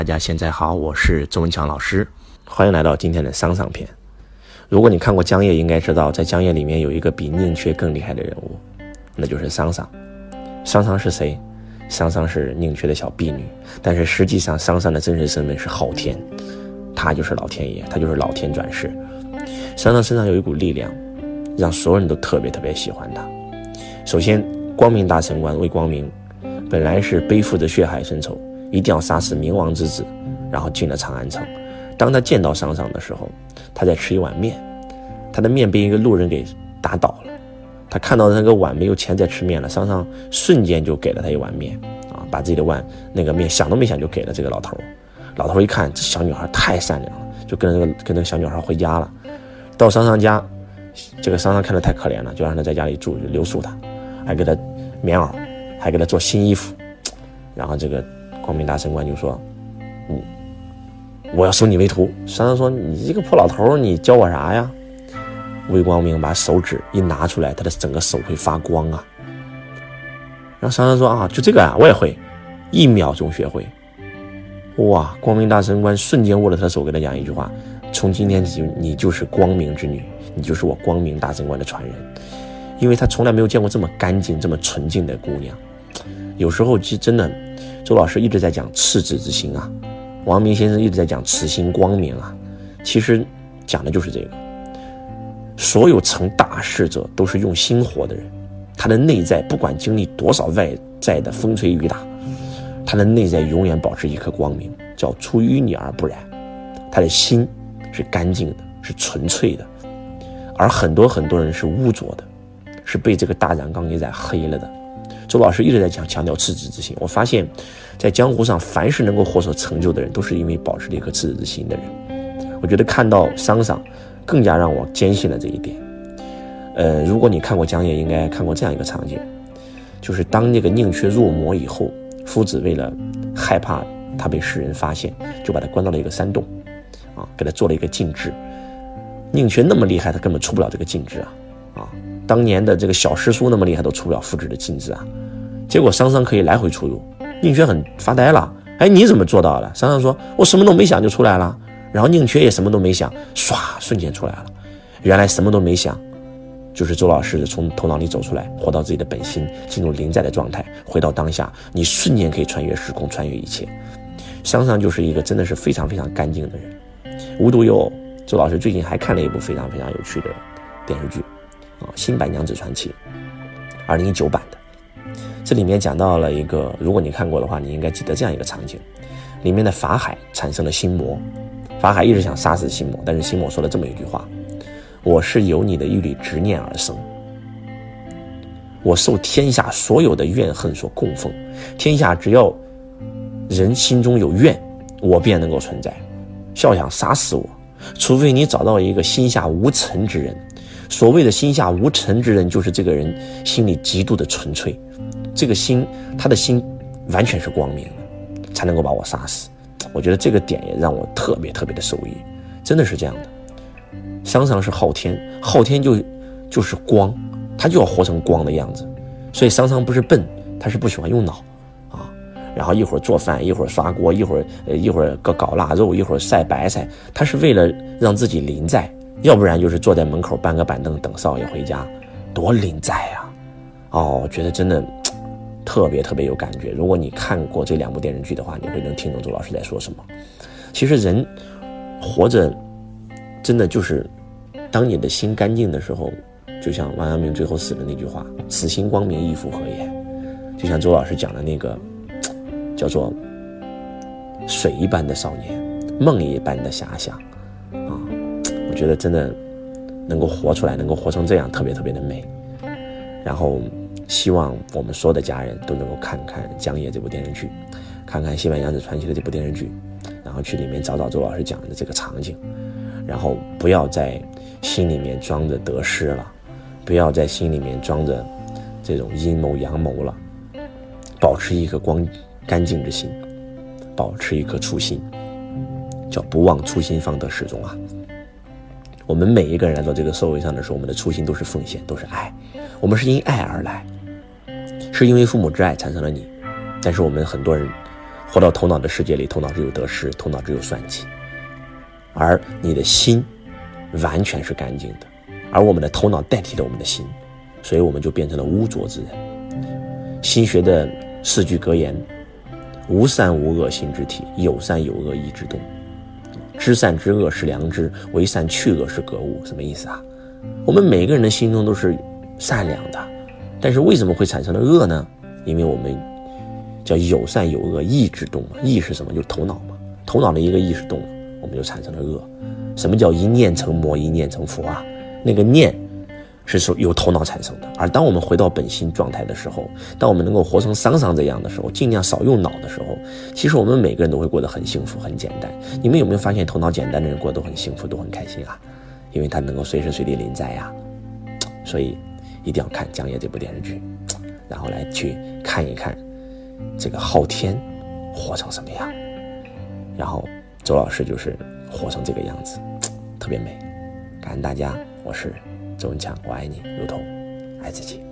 大家现在好，我是周文强老师，欢迎来到今天的商篇。如果你看过江夜，应该知道在江夜里面有一个比宁缺更厉害的人物，那就是商。商是谁？商是宁缺的小婢女，但是实际上商的真实身份是昊天，他就是老天爷，他就是老天转世。商身上有一股力量，让所有人都特别喜欢他。首先，光明大神官魏光明本来是背负着血海深仇，一定要杀死明王之子，然后进了长安城。当他见到商的时候，他在吃一碗面，他的面被一个路人给打倒了。他看到那个碗没有钱再吃面了，商瞬间就给了他一碗面啊，把自己的碗那个面想都没想就给了这个老头。老头一看这小女孩太善良了，就跟那个小女孩回家了。到商家，这个商看得太可怜了，就让他在家里住，就留宿他，还给他棉袄，还给他做新衣服。然后这个光明大神官就说：“我要收你为徒。”商说：“你这个破老头，你教我啥呀？”魏光明把手指一拿出来，他的整个手会发光啊。然后商说：“啊，就这个啊，我也会，1秒钟学会。”哇！光明大神官瞬间握了他的手，给他讲一句话：“从今天起，你就是光明之女，你就是我光明大神官的传人。”因为他从来没有见过这么干净、这么纯净的姑娘。有时候其实真的，周老师一直在讲赤子之心啊，王明先生一直在讲慈心光明啊，其实讲的就是这个。所有成大事者都是用心活的人，他的内在不管经历多少外在的风吹雨打，他的内在永远保持一颗光明，叫出淤泥而不染。他的心是干净的，是纯粹的，而很多人是污浊的，是被这个大染缸给染黑了的。周老师一直在强调赤子之心，我发现在江湖上凡是能够获得成就的人，都是因为保持了一颗赤子之心的人。我觉得看到商更加让我坚信了这一点。如果你看过江夜，应该看过这样一个场景，就是当那个宁缺入魔以后，夫子为了害怕他被世人发现，就把他关到了一个山洞啊，给他做了一个禁制。宁缺那么厉害，他根本出不了这个禁制啊！当年的这个小师叔那么厉害，都出不了夫子的禁制啊！结果商可以来回出入，宁缺很发呆了。哎，你怎么做到了？商说：“我什么都没想就出来了。”然后宁缺也什么都没想，唰，瞬间出来了。原来什么都没想，就是周老师从头脑里走出来，活到自己的本心，进入临在的状态，回到当下，你瞬间可以穿越时空，穿越一切。商就是一个真的是非常干净的人。无独有偶，周老师最近还看了一部非常有趣的电视剧啊，《新白娘子传奇》，2019版的。这里面讲到了一个，如果你看过的话，你应该记得这样一个场景，里面的法海产生了心魔。法海一直想杀死心魔，但是心魔说了这么一句话：“我是由你的一缕执念而生，我受天下所有的怨恨所供奉，天下只要人心中有怨，我便能够存在。笑想杀死我，除非你找到一个心下无尘之人。所谓的心下无尘之人，就是这个人心里极度的纯粹，这个心，他的心完全是光明的，才能够把我杀死。”我觉得这个点也让我特别的受益，真的是这样的。商是昊天，昊天就是光，他就要活成光的样子。所以商不是笨，他是不喜欢用脑啊。然后一会儿做饭，一会儿刷锅，一会儿搞腊肉，一会儿晒白菜，他是为了让自己临在，要不然就是坐在门口搬个板凳等少爷回家，多临在啊！我觉得真的特别有感觉。如果你看过这2部电视剧的话，你会能听懂周老师在说什么。其实人活着真的就是当你的心干净的时候，就像王阳明最后死的那句话：“此心光明，亦复何也。”就像周老师讲的那个叫做水一般的少年，梦一般的遐想啊！我觉得真的能够活出来，能够活成这样，特别的美。然后希望我们所有的家人都能够看看江夜这部电视剧，看看《新白娘子传奇》的这部电视剧，然后去里面找周老师讲的这个场景，然后不要在心里面装着得失了，不要在心里面装着这种阴谋阳谋了，保持一颗干净之心，保持一颗初心，叫不忘初心方得始终啊。我们每一个人来到这个社会上的时候，我们的初心都是奉献，都是爱，我们是因爱而来，是因为父母之爱产生了你。但是我们很多人活到头脑的世界里，头脑只有得失，头脑只有算计，而你的心完全是干净的，而我们的头脑代替了我们的心，所以我们就变成了污浊之人。心学的4句格言：无善无恶心之体，有善有恶意之动。知善知恶是良知，为善去恶是格物。什么意思啊？我们每个人的心中都是善良的，但是为什么会产生了恶呢？因为我们叫有善有恶意之动嘛。意是什么？就是头脑嘛。头脑的一个意识动了，我们就产生了恶。什么叫一念成魔，一念成佛啊？那个念是由头脑产生的，而当我们回到本心状态的时候，当我们能够活成桑桑这样的时候，尽量少用脑的时候，其实我们每个人都会过得很幸福很简单。你们有没有发现头脑简单的人过得都很幸福，都很开心啊？因为他能够随时随地临在啊。所以一定要看《江夜》这部电视剧，然后来去看一看这个昊天活成什么样，然后周老师就是活成这个样子，特别美。感恩大家，我是周文强，我爱你如同爱自己。